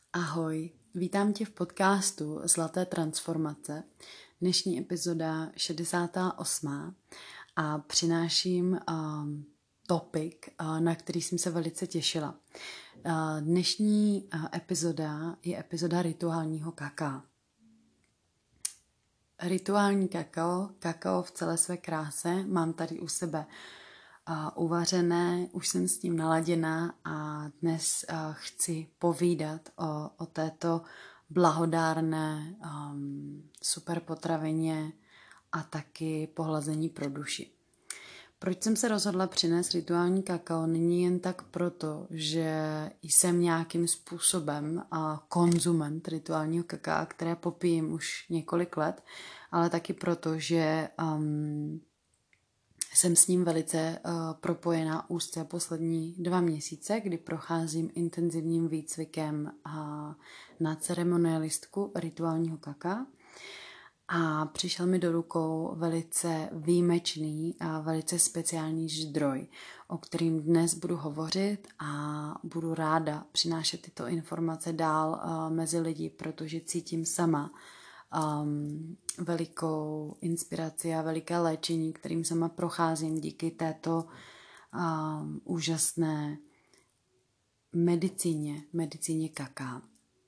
Ahoj, vítám tě v podcastu Zlaté transformace. Dnešní epizoda 68. a přináším topik, na který jsem se velice těšila. Dnešní epizoda je epizoda rituálního kakaa. Rituální kakao v celé své kráse mám tady u sebe uvařené, už jsem s tím naladěná a dnes chci povídat o této blahodárné super potravině a taky pohlazení pro duši. Proč jsem se rozhodla přinést rituální kakao? Není jen tak proto, že jsem nějakým způsobem konzument rituálního kakaa, které popijím už několik let, ale taky proto, že jsem s ním velice propojená úzce poslední 2 měsíce, kdy procházím intenzivním výcvikem na ceremonialistku rituálního kakaa. A přišel mi do rukou velice výjimečný a velice speciální zdroj, o kterým dnes budu hovořit a budu ráda přinášet tyto informace dál mezi lidi, protože cítím sama velikou inspiraci a veliké léčení, kterým sama procházím díky této úžasné medicíně kakaa.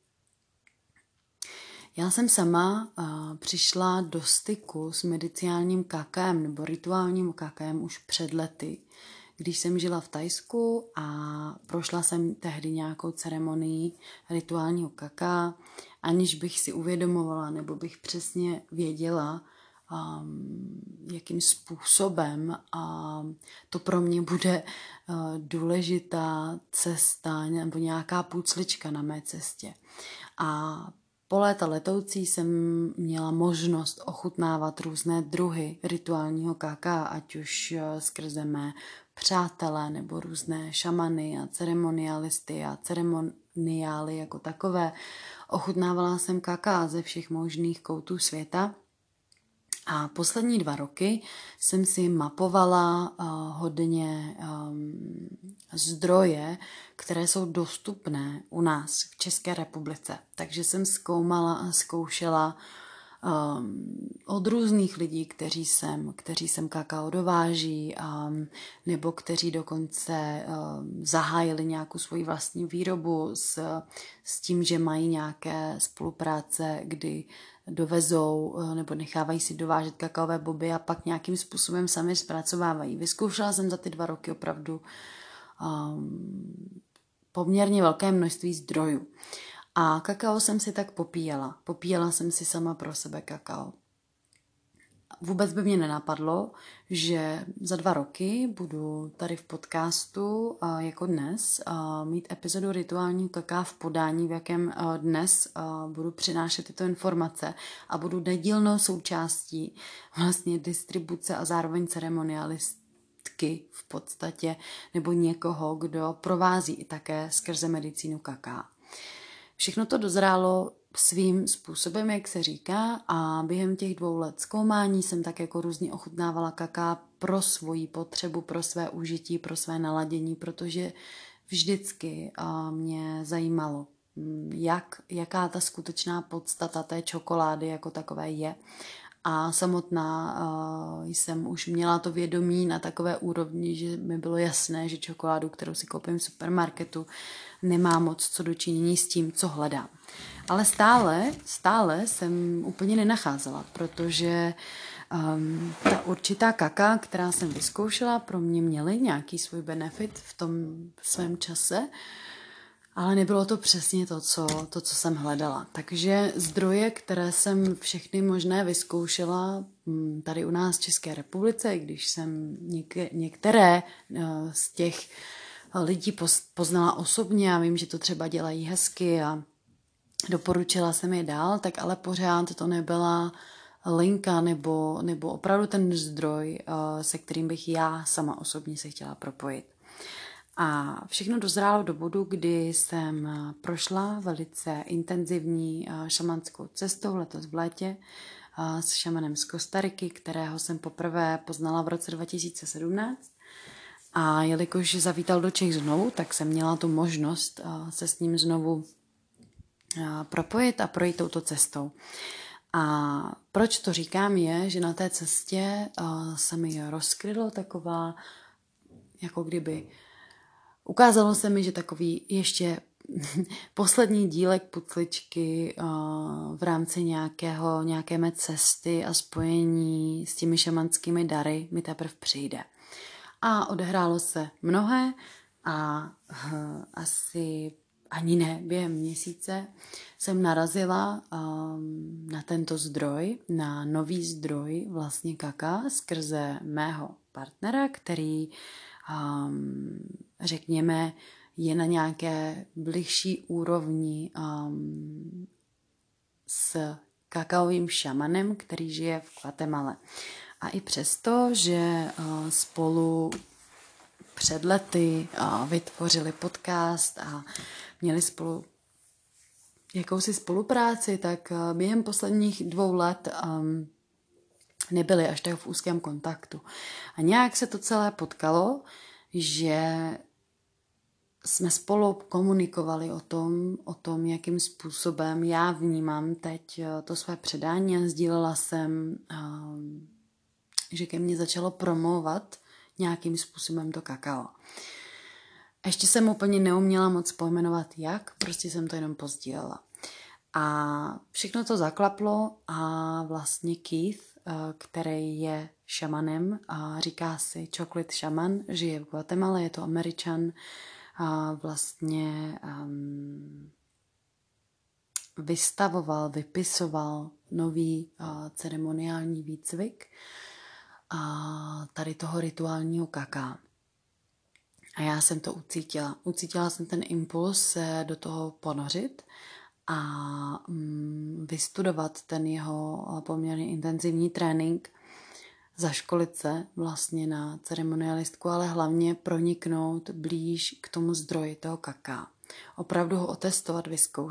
Já jsem sama přišla do styku s medicinálním kakaem nebo rituálním kakaem už před lety, když jsem žila v Thajsku a prošla jsem tehdy nějakou ceremonii rituálního kakaa, aniž bych si uvědomovala nebo bych přesně věděla, jakým způsobem to pro mě bude důležitá cesta nebo nějaká půclička na mé cestě. A po léta letoucí jsem měla možnost ochutnávat různé druhy rituálního kakaa, ať už skrze mé přátelé nebo různé šamany a ceremonialisty a ceremoniály jako takové. Ochutnávala jsem kakaa ze všech možných koutů světa. A poslední 2 roky jsem si mapovala hodně zdroje, které jsou dostupné u nás v České republice. Takže jsem zkoumala a zkoušela od různých lidí, kteří sem kakao dováží, nebo kteří dokonce zahájili nějakou svoji vlastní výrobu s tím, že mají nějaké spolupráce, kdy dovezou nebo nechávají si dovážet kakaové boby a pak nějakým způsobem sami zpracovávají. Vyzkoušela jsem za ty 2 roky opravdu poměrně velké množství zdrojů. A kakao jsem si tak popíjela. Popíjela jsem si sama pro sebe kakao. Vůbec by mě nenapadlo, že za 2 roky budu tady v podcastu jako dnes mít epizodu rituálního kakaa v podání, v jakém dnes budu přinášet tyto informace a budu nedílnou součástí vlastně distribuce a zároveň ceremonialistky v podstatě, nebo někoho, kdo provází i také skrze medicínu kakaa. Všechno to dozrálo svým způsobem, jak se říká, a během těch 2 let zkoumání jsem tak jako různě ochutnávala kaká pro svoji potřebu, pro své užití, pro své naladění, protože vždycky mě zajímalo, jaká ta skutečná podstata té čokolády jako takové je. A samotná jsem už měla to vědomí na takové úrovni, že mi bylo jasné, že čokoládu, kterou si koupím v supermarketu, nemá moc co dočinění s tím, co hledám. Ale stále jsem úplně nenacházela, protože ta určitá kakaa, která jsem vyzkoušela, pro mě měly nějaký svůj benefit v tom svém čase, ale nebylo to přesně to, co jsem hledala. Takže zdroje, které jsem všechny možné vyzkoušela tady u nás v České republice, když jsem některé z těch lidí poznala osobně a vím, že to třeba dělají hezky a doporučila jsem je dál, tak ale pořád to nebyla linka nebo opravdu ten zdroj, se kterým bych já sama osobně se chtěla propojit. A všechno dozrálo do bodu, kdy jsem prošla velice intenzivní šamanskou cestou letos v létě s šamanem z Kostariky, kterého jsem poprvé poznala v roce 2017. A jelikož zavítal do Čech znovu, tak jsem měla tu možnost se s ním znovu propojit a projít touto cestou. A proč to říkám je, že na té cestě se mi rozkrylo taková, jako kdyby ukázalo se mi, že takový ještě poslední dílek pucličky v rámci nějaké mé cesty a spojení s těmi šamanskými dary mi teprve přijde. A odehrálo se mnohé a asi ani ne, během měsíce jsem narazila na tento zdroj, na nový zdroj vlastně kaka skrze mého partnera, který řekněme je na nějaké bližší úrovni s kakaovým šamanem, který žije v Guatemale. A i přesto, že spolu před lety vytvořili podcast a měli spolu jakousi spolupráci, tak během posledních 2 let nebyli až tak v úzkém kontaktu. A nějak se to celé potkalo, že jsme spolu komunikovali o tom, jakým způsobem já vnímám teď to své předání a sdílela jsem, že ke mně začalo promlouvat nějakým způsobem to kakao. Ještě jsem úplně neuměla moc pojmenovat jak, prostě jsem to jenom pozdílela. A všechno to zaklaplo a vlastně Keith, který je šamanem a říká si Chocolate Shaman, žije v Guatemala, je to Američan, a vlastně vypisoval nový ceremoniální výcvik tady toho rituálního kaká. A já jsem to ucítila. Ucítila jsem ten impuls se do toho ponořit a vystudovat ten jeho poměrně intenzivní trénink, zaškolit se vlastně na ceremonialistku, ale hlavně proniknout blíž k tomu zdroji toho kaká. Opravdu ho otestovat,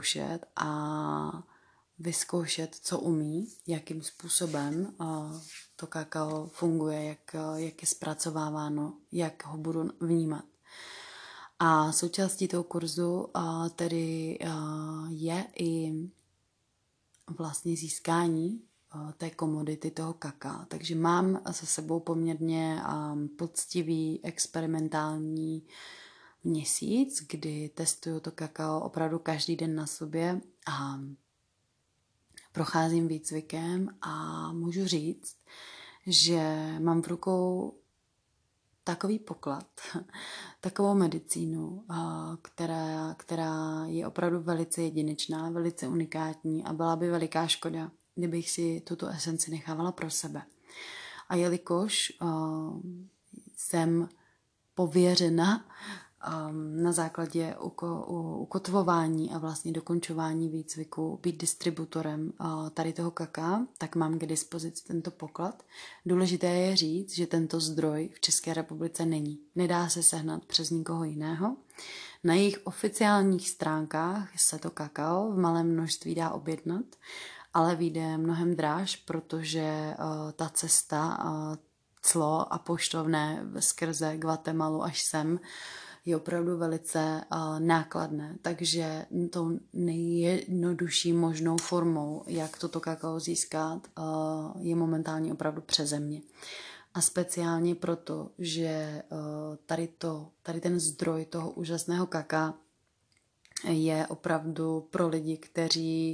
vyzkoušet, co umí, jakým způsobem to kakao funguje, jak je zpracováváno, jak ho budu vnímat. A součástí toho kurzu tedy je i vlastně získání té komodity toho kaká. Takže mám za sebou poměrně poctivý experimentální měsíc, kdy testuju to kakao opravdu každý den na sobě a procházím výcvikem a můžu říct, že mám v rukou takový poklad, takovou medicínu, která je opravdu velice jedinečná, velice unikátní a byla by veliká škoda, kdybych si tuto esenci nechávala pro sebe. A jelikož jsem pověřena na základě ukotvování a vlastně dokončování výcviku být distributorem tady toho kaká, tak mám k dispozici tento poklad. Důležité je říct, že tento zdroj v České republice není. Nedá se sehnat přes nikoho jiného. Na jejich oficiálních stránkách se to kakao v malém množství dá objednat, ale vyjde mnohem dráž, protože ta cesta clo a poštovné skrze Guatemalu až sem je opravdu velice nákladné. Takže to nejjednodušší možnou formou, jak toto kakao získat, je momentálně opravdu přeze mě. A speciálně proto, že tady ten zdroj toho úžasného kaká je opravdu pro lidi, kteří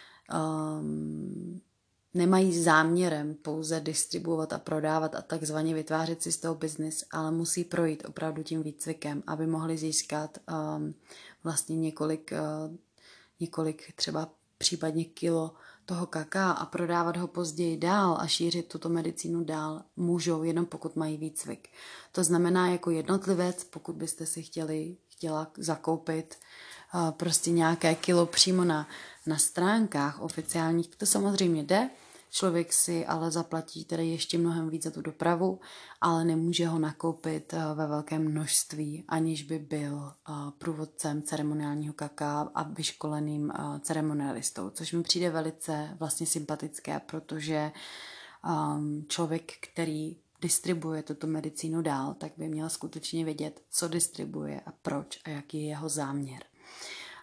nemají záměrem pouze distribuovat a prodávat a takzvaně vytvářet si z toho biznis, ale musí projít opravdu tím výcvikem, aby mohli získat vlastně několik třeba případně kilo toho kaká a prodávat ho později dál a šířit tuto medicínu dál můžou, jenom pokud mají výcvik. To znamená jako jednotlivec, pokud byste si chtěla zakoupit prostě nějaké kilo přímo na stránkách oficiálních, to samozřejmě jde, člověk si ale zaplatí tedy ještě mnohem víc za tu dopravu, ale nemůže ho nakoupit ve velkém množství, aniž by byl průvodcem ceremoniálního kaká a vyškoleným ceremonialistou, což mi přijde velice vlastně sympatické, protože člověk, který distribuje tuto medicínu dál, tak by měl skutečně vědět, co distribuje a proč a jaký je jeho záměr.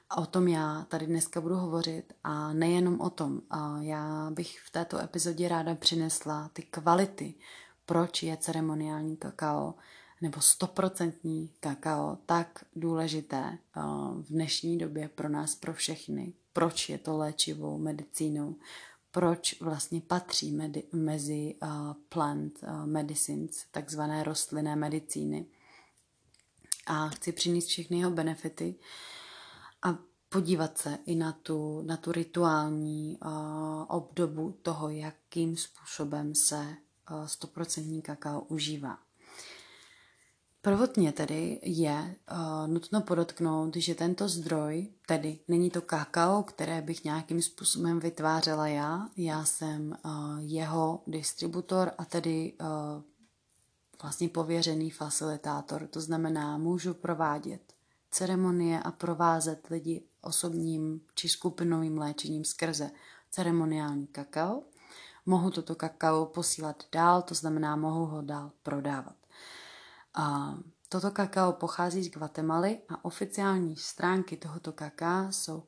A o tom já tady dneska budu hovořit a nejenom o tom. Já bych v této epizodě ráda přinesla ty kvality, proč je ceremoniální kakao nebo 100% kakao tak důležité v dnešní době pro nás, pro všechny. Proč je to léčivou medicínou, proč vlastně patří mezi plant medicines, takzvané rostlinné medicíny. A chci přinést všechny jeho benefity a podívat se i na tu rituální obdobu toho, jakým způsobem se 100% kakao užívá. Prvotně tedy je nutno podotknout, že tento zdroj, tedy není to kakao, které bych nějakým způsobem vytvářela já jsem jeho distributor a tedy vlastně pověřený facilitátor, to znamená, můžu provádět ceremonie a provázet lidi osobním či skupinovým léčením skrze ceremoniální kakao. Mohu toto kakao posílat dál, to znamená, mohu ho dál prodávat. Toto kakao pochází z Guatemaly a oficiální stránky tohoto kakaa jsou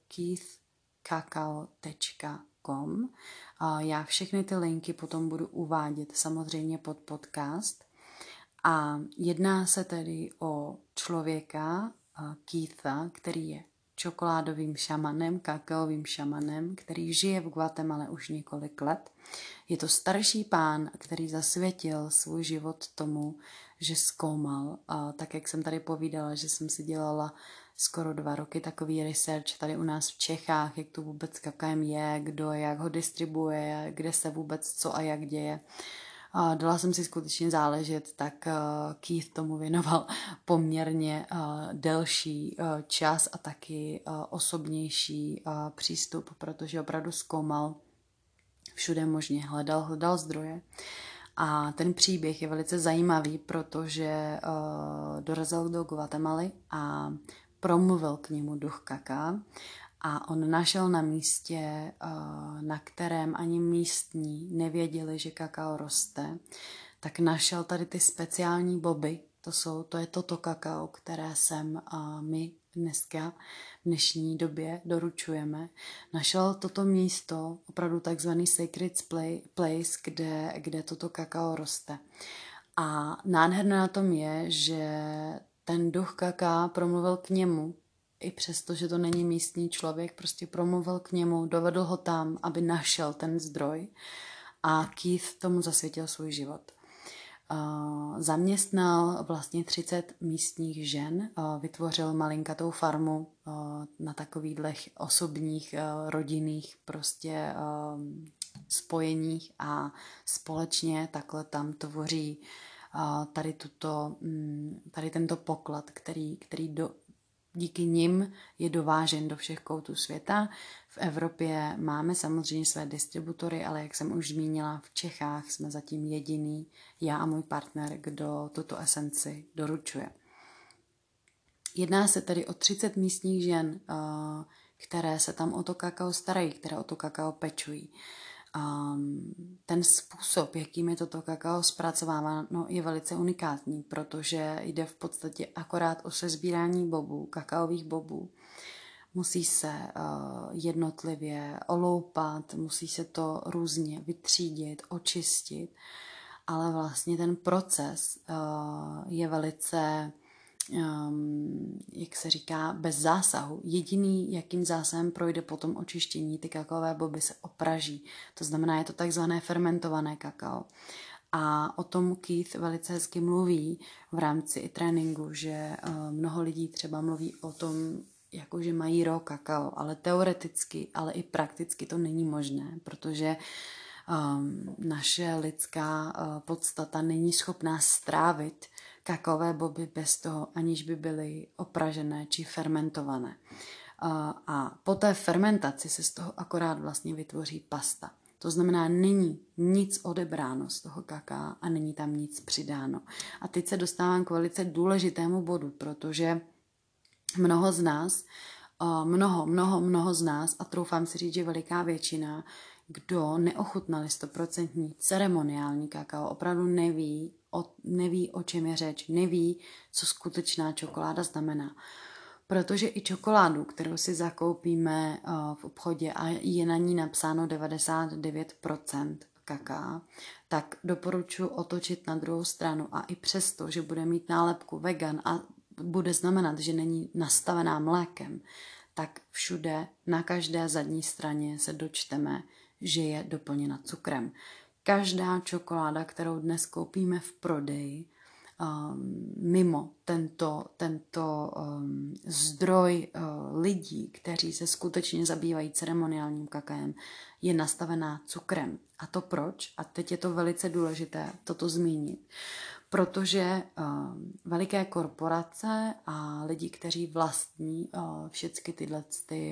keithkakao.com. Já všechny ty linky potom budu uvádět samozřejmě pod podcast. A jedná se tedy o člověka, Keitha, který je čokoládovým šamanem, kakaovým šamanem, který žije v Guatemale už několik let. Je to starší pán, který zasvětil svůj život tomu, že zkoumal, tak jak jsem tady povídala, že jsem si dělala skoro 2 roky takový research tady u nás v Čechách, jak to vůbec kakaem je, kdo jak ho distribuje, kde se vůbec co a jak děje. Dala jsem si skutečně záležet, tak Keith tomu věnoval poměrně delší čas a taky osobnější přístup, protože opravdu zkoumal všude možně, hledal zdroje. A ten příběh je velice zajímavý, protože dorazil do Guatemaly a promluvil k němu duch kaká a on našel na místě, na kterém ani místní nevěděli, že kakao roste, tak našel tady ty speciální boby, to je toto kakao, které sem my dneska v dnešní době doručujeme. Našel toto místo, opravdu takzvaný sacred place, kde toto kakao roste. A nádherné na tom je, že ten duch kaká promluvil k němu, i přesto, že to není místní člověk, prostě promluvil k němu, dovedl ho tam, aby našel ten zdroj a Keith tomu zasvětil svůj život. Zaměstnal vlastně 30 místních žen, vytvořil malinkatou farmu na takových osobních, rodinných prostě spojeních a společně takhle tam tvoří tady tento poklad, který díky nim je dovážen do všech koutů světa. V Evropě máme samozřejmě své distributory, ale jak jsem už zmínila, v Čechách jsme zatím jediný, já a můj partner, kdo tuto esenci doručuje. Jedná se tedy o 30 místních žen, které se tam o to kakao starají, které o to kakao pečují. Ten způsob, jakým je toto kakao zpracováváno, je velice unikátní, protože jde v podstatě akorát o sesbírání bobů, kakaových bobů. Musí se jednotlivě oloupat, musí se to různě vytřídit, očistit, ale vlastně ten proces je velice, jak se říká, bez zásahu. Jediný, jakým zásahem projde po tom očištění, ty kakaové boby se opraží. To znamená, je to takzvané fermentované kakao. A o tom Keith velice hezky mluví v rámci i tréninku, že mnoho lidí třeba mluví o tom, jako že mají raw kakao, ale teoreticky, ale i prakticky to není možné, protože naše lidská podstata není schopná strávit kakaové boby bez toho, aniž by byly opražené či fermentované. A po té fermentaci se z toho akorát vlastně vytvoří pasta. To znamená, není nic odebráno z toho kakaa a není tam nic přidáno. A teď se dostávám k velice důležitému bodu, protože mnoho z nás, mnoho z nás, a troufám si říct, že veliká většina, kdo neochutnali 100% ceremoniální kakao, opravdu neví, o čem je řeč, neví, co skutečná čokoláda znamená. Protože i čokoládu, kterou si zakoupíme v obchodě a je na ní napsáno 99% kaká, tak doporučuji otočit na druhou stranu a i přesto, že bude mít nálepku vegan a bude znamenat, že není nastavená mlékem, tak všude na každé zadní straně se dočteme, že je doplněna cukrem. Každá čokoláda, kterou dnes koupíme v prodeji, mimo tento zdroj lidí, kteří se skutečně zabývají ceremoniálním kakaem, je nastavená cukrem. A to proč? A teď je to velice důležité toto zmínit. Protože veliké korporace a lidi, kteří vlastní všechny tyhle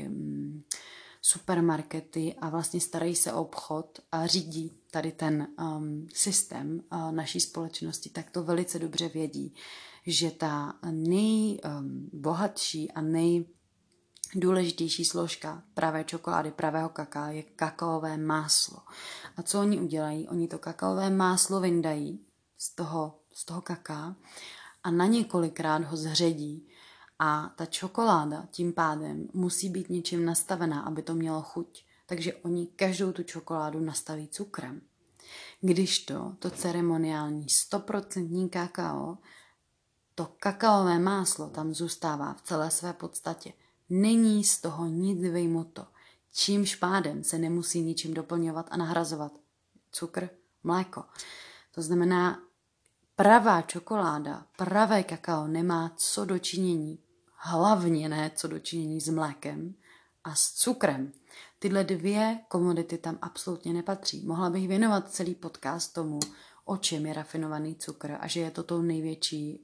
supermarkety a vlastně starají se o obchod a řídí tady ten systém naší společnosti, tak to velice dobře vědí, že ta nejbohatší a nejdůležitější složka pravé čokolády, pravého kaká je kakaové máslo. A co oni udělají? Oni to kakaové máslo vyndají z toho kaká a na několikrát ho zředí. A ta čokoláda tím pádem musí být něčím nastavená, aby to mělo chuť. Takže oni každou tu čokoládu nastaví cukrem. Když to ceremoniální 100% kakao, to kakaové máslo tam zůstává v celé své podstatě. Není z toho nic vyjmuto. Čímž pádem se nemusí ničím doplňovat a nahrazovat. Cukr, mléko. To znamená, pravá čokoláda, pravé kakao nemá co dočinění, hlavně ne co dočinění s mlékem a s cukrem. Tyhle dvě komodity tam absolutně nepatří. Mohla bych věnovat celý podcast tomu, o čem je rafinovaný cukr a že je to tou největší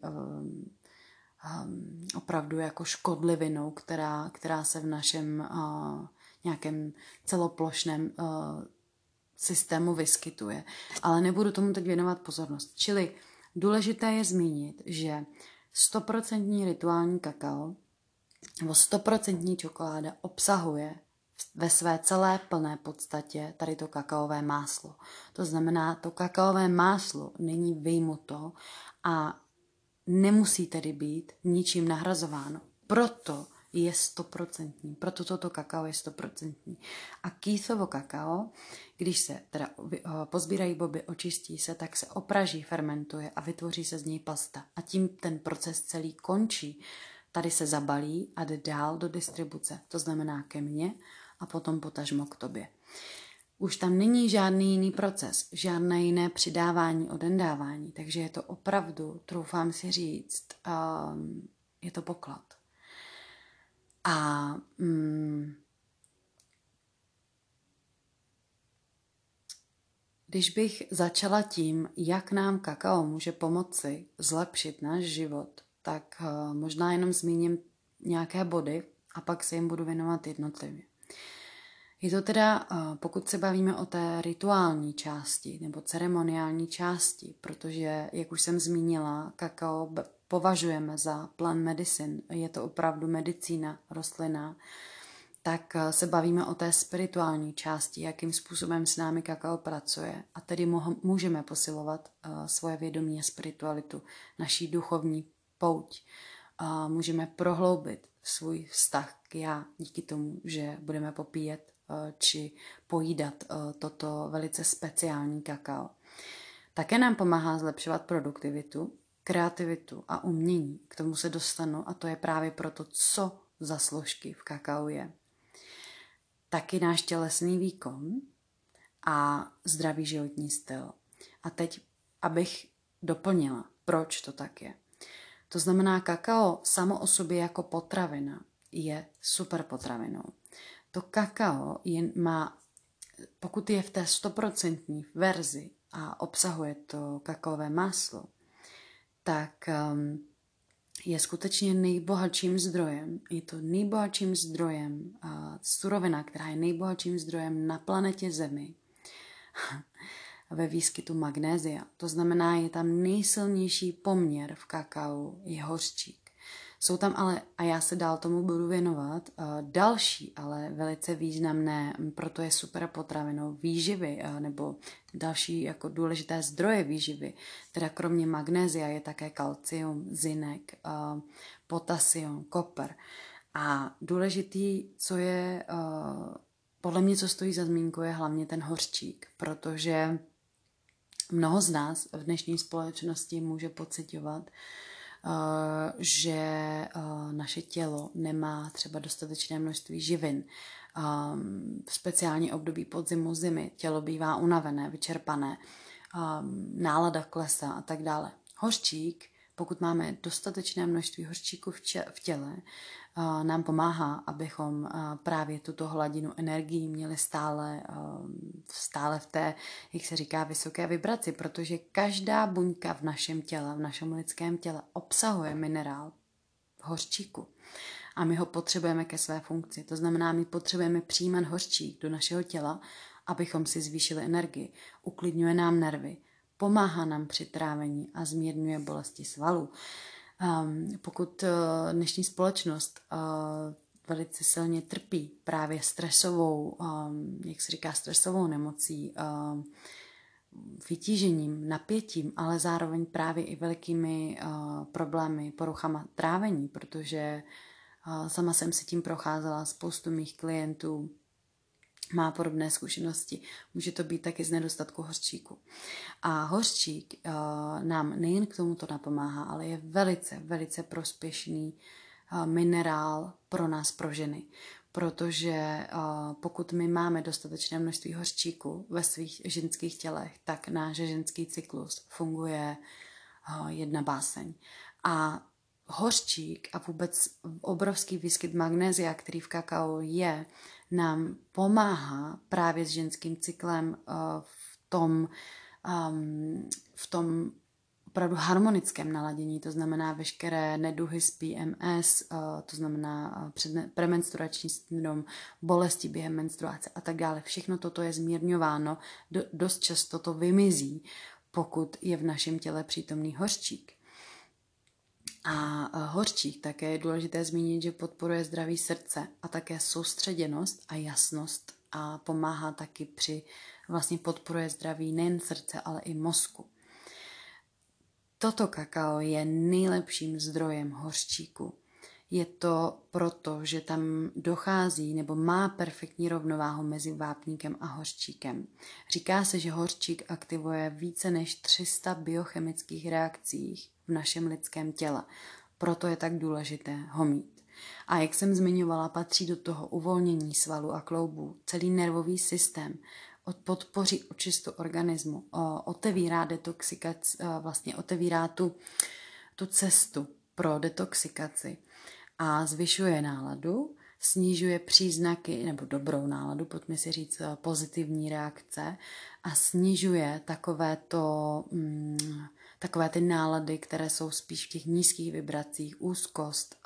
opravdu jako škodlivinou, která se v našem nějakém celoplošném systému vyskytuje. Ale nebudu tomu teď věnovat pozornost. Čili důležité je zmínit, že 100% rituální kakao nebo 100% čokoláda obsahuje ve své celé plné podstatě tady to kakaové máslo. To znamená, to kakaové máslo není vyjmuto a nemusí tedy být ničím nahrazováno. Proto je 100%. Proto toto kakao je 100%. A kýsovo kakao, když se teda pozbírají boby, očistí se, tak se opraží, fermentuje a vytvoří se z něj pasta. A tím ten proces celý končí. Tady se zabalí a jde dál do distribuce. To znamená ke mně a potom potažmo k tobě. Už tam není žádný jiný proces, žádné jiné přidávání, odendávání. Takže je to opravdu, troufám si říct, je to poklad. A když bych začala tím, jak nám kakao může pomoci zlepšit náš život, tak možná jenom zmíním nějaké body a pak se jim budu věnovat jednotlivě. Je to teda, pokud se bavíme o té rituální části nebo ceremoniální části, protože, jak už jsem zmínila, kakao považujeme za plant medicine, je to opravdu medicína rostlina, tak se bavíme o té spirituální části, jakým způsobem s námi kakao pracuje. A tedy můžeme posilovat svoje vědomí a spiritualitu, naší duchovní pouť. Můžeme prohloubit svůj vztah k já díky tomu, že budeme popíjet či pojídat toto velice speciální kakao. Také nám pomáhá zlepšovat produktivitu, kreativitu a umění. K tomu se dostanu a to je právě proto, co za složky v kakao je. Taky náš tělesný výkon a zdravý životní styl. A teď, abych doplnila, proč to tak je. To znamená, kakao samo o sobě jako potravina je super potravinou. To kakao má, pokud je v té 100% verzi a obsahuje to kakaové máslo, tak je skutečně nejbohatším zdrojem. Je to nejbohatším zdrojem, surovina, která je nejbohatším zdrojem na planetě Zemi ve výskytu magnézia. To znamená, je tam nejsilnější poměr v kakao, je hořčík. Jsou tam ale, a já se dál tomu budu věnovat, další, ale velice významné, proto je super potravinou výživy, nebo další jako důležité zdroje výživy. Teda kromě magnézia je také kalcium, zinek, potasium, kopr. A důležitý, co je, podle mě, co stojí za zmínku, je hlavně ten hořčík, protože mnoho z nás v dnešní společnosti může pociťovat, že naše tělo nemá třeba dostatečné množství živin. V speciální období podzimu, zimy tělo bývá unavené, vyčerpané, nálada klesá a tak dále. Hořčík, pokud máme dostatečné množství hořčíku v těle, nám pomáhá, abychom právě tuto hladinu energií měli stále v té, jak se říká, vysoké vibraci, protože každá buňka v našem těle, v našem lidském těle obsahuje minerál hořčíku. A my ho potřebujeme ke své funkci. To znamená, my potřebujeme přijímat hořčík do našeho těla, abychom si zvýšili energii. Uklidňuje nám nervy, pomáhá nám při trávení a zmírňuje bolesti svalů. Pokud dnešní společnost velice silně trpí právě stresovou, jak se říká, stresovou nemocí, vytížením, napětím, ale zároveň právě i velikými problémy, poruchama trávení, protože sama jsem si tím procházela, spoustu mých klientů má podobné zkušenosti. Může to být taky z nedostatku hořčíku. A hořčík nám nejen k tomuto napomáhá, ale je velice, velice prospěšný minerál pro nás, pro ženy. Protože pokud my máme dostatečné množství hořčíku ve svých ženských tělech, tak náš ženský cyklus funguje jedna báseň. A hořčík a vůbec obrovský výskyt magnézia, který v kakao je, nám pomáhá právě s ženským cyklem v tom opravdu harmonickém naladění, to znamená veškeré neduhy z PMS, to znamená premenstruační syndrom, bolesti během menstruace a tak dále. Všechno toto je zmírňováno, dost často to vymizí, pokud je v našem těle přítomný hořčík. A hořčík také je důležité zmínit, že podporuje zdraví srdce a také soustředěnost a jasnost a pomáhá taky vlastně podporuje zdraví nejen srdce, ale i mozku. Toto kakao je nejlepším zdrojem hořčíku. Je to proto, že tam dochází nebo má perfektní rovnováhu mezi vápníkem a hořčíkem. Říká se, že hořčík aktivuje více než 300 biochemických reakcí v našem lidském těle. Proto je tak důležité ho mít. A jak jsem zmiňovala, patří do toho uvolnění svalů a kloubů, celý nervový systém, podpoří očistu organismu, otevírá detoxikaci, vlastně otevírá tu cestu pro detoxikaci a zvyšuje náladu, snižuje příznaky, nebo dobrou náladu, pojďme si říct pozitivní reakce a snižuje takové ty nálady, které jsou spíš v těch nízkých vibracích, úzkost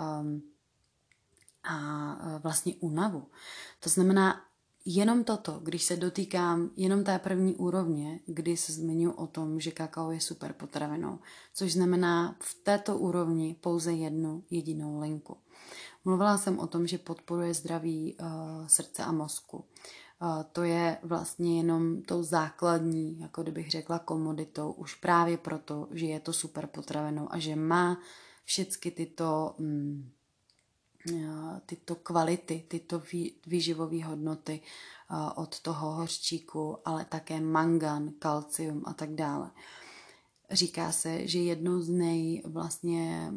a vlastně únavu. To znamená, jenom toto, když se dotýkám jenom té první úrovně, kdy se zmiňuji o tom, že kakao je super potravinou, což znamená v této úrovni pouze jednu jedinou linku. Mluvila jsem o tom, že podporuje zdraví srdce a mozku. To je vlastně jenom tou základní, jako kdybych řekla, komoditou, už právě proto, že je to super potravinou a že má všechny tyto kvality, tyto výživové hodnoty od toho hořčíku, ale také mangan, kalcium a tak dále. Říká se, že jednou z vlastně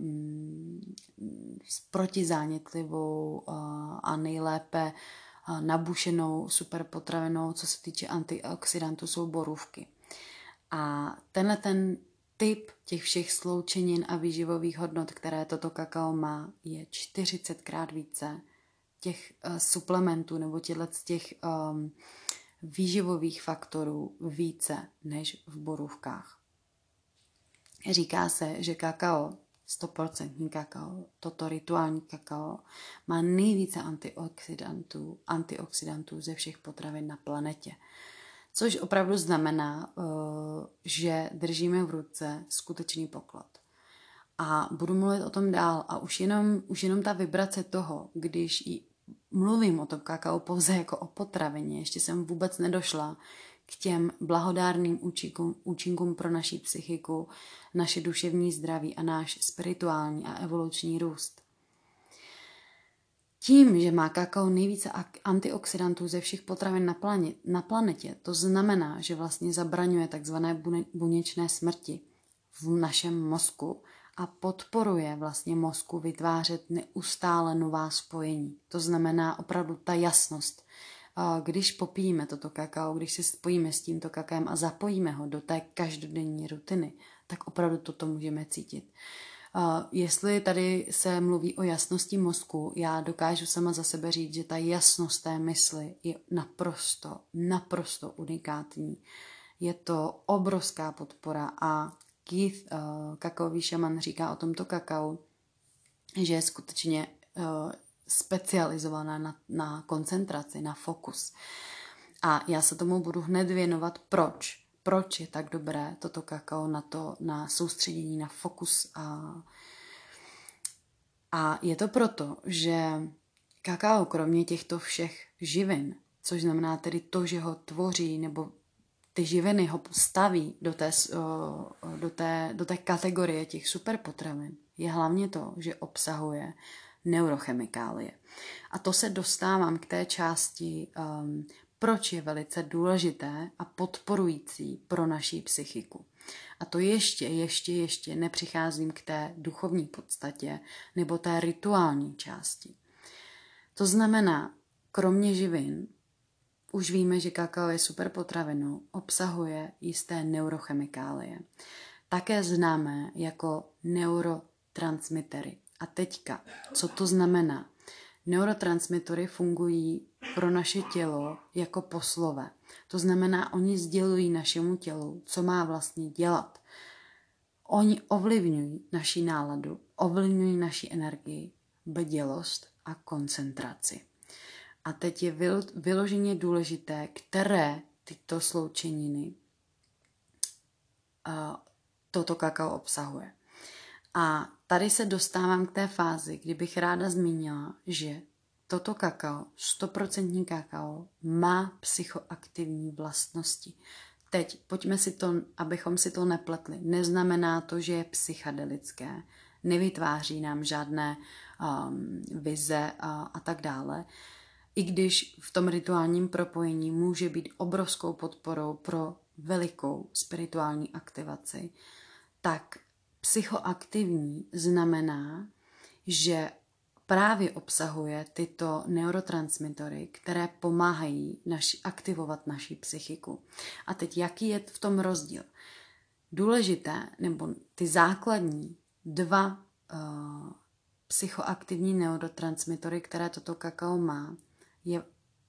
protizánětlivou a nejlépe nabušenou superpotravinou, co se týče antioxidantů, jsou borůvky. A tenhle ten typ těch všech sloučenin a výživových hodnot, které toto kakao má, je 40krát více těch suplementů nebo těch výživových faktorů více než v borůvkách. Říká se, že kakao, 100% kakao, toto rituální kakao, má nejvíce antioxidantů ze všech potravin na planetě. Což opravdu znamená, že držíme v ruce skutečný poklad. A budu mluvit o tom dál a už jenom ta vibrace toho, když mluvím o tom kakao pouze jako o potravině, ještě jsem vůbec nedošla k těm blahodárným účinkům pro naši psychiku, naše duševní zdraví a náš spirituální a evoluční růst. Tím, že má kakao nejvíce antioxidantů ze všech potravin na planetě, to znamená, že vlastně zabraňuje takzvané buněčné smrti v našem mozku a podporuje vlastně mozku vytvářet neustále nová spojení. To znamená opravdu ta jasnost. Když popijeme toto kakao, když se spojíme s tímto kakaem a zapojíme ho do té každodenní rutiny, tak opravdu toto můžeme cítit. Jestli tady se mluví o jasnosti mozku, já dokážu sama za sebe říct, že ta jasnost té mysli je naprosto unikátní. Je to obrovská podpora a Keith, kakaový šaman, říká o tomto kakao, že je skutečně specializovaná na koncentraci, na fokus. A já se tomu budu hned věnovat, proč. Proč je tak dobré toto kakao na soustředění, na fokus. A je to proto, že kakao kromě těchto všech živin, což znamená tedy to, že ho tvoří, nebo ty živiny ho staví do té kategorie těch superpotravin, je hlavně to, že obsahuje neurochemikálie. A to se dostávám k té části, proč je velice důležité a podporující pro naši psychiku. A to ještě nepřicházím k té duchovní podstatě nebo té rituální části. To znamená, kromě živin, už víme, že kakao je superpotravinou, obsahuje jisté neurochemikálie. Také známé jako neurotransmitery. A teďka, co to znamená? Neurotransmitory fungují pro naše tělo jako poslové. To znamená, oni sdělují našemu tělu, co má vlastně dělat. Oni ovlivňují naši náladu, ovlivňují naši energii, bdělost a koncentraci. A teď je vyloženě důležité, které tyto sloučeniny toto kakao obsahuje. A tady se dostávám k té fázi, kdy bych ráda zmínila, že toto kakao, 100% kakao, má psychoaktivní vlastnosti. Teď pojďme si to, abychom si to nepletli. Neznamená to, že je psychedelické, nevytváří nám žádné vize a tak dále. I když v tom rituálním propojení může být obrovskou podporou pro velikou spirituální aktivaci, tak psychoaktivní znamená, že právě obsahuje tyto neurotransmitory, které pomáhají aktivovat naši psychiku. A teď jaký je v tom rozdíl? Důležité, nebo ty základní dva psychoaktivní neurotransmitory, které toto kakao má, je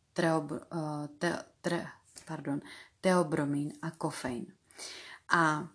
theobromín a kofein. A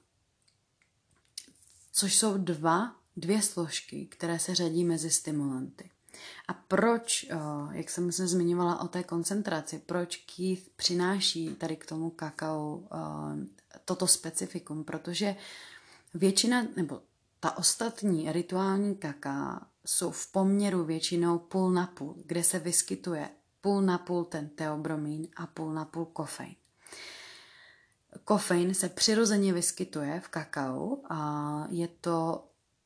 což jsou dvě složky, které se řadí mezi stimulanty. A proč, jak jsem se zmiňovala o té koncentraci, proč Keith přináší tady k tomu kakao toto specifikum? Protože většina, nebo ta ostatní rituální kaká jsou v poměru většinou půl na půl, kde se vyskytuje půl na půl ten theobromín a půl na půl kofein. Kofein se přirozeně vyskytuje v kakao a je to,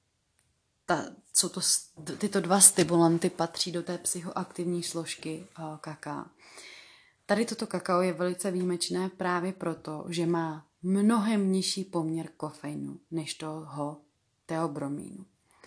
tyto dva stimulanty patří do té psychoaktivní složky kakaa. Tady toto kakao je velice výjimečné právě proto, že má mnohem nižší poměr kofeinu než toho theobromínu.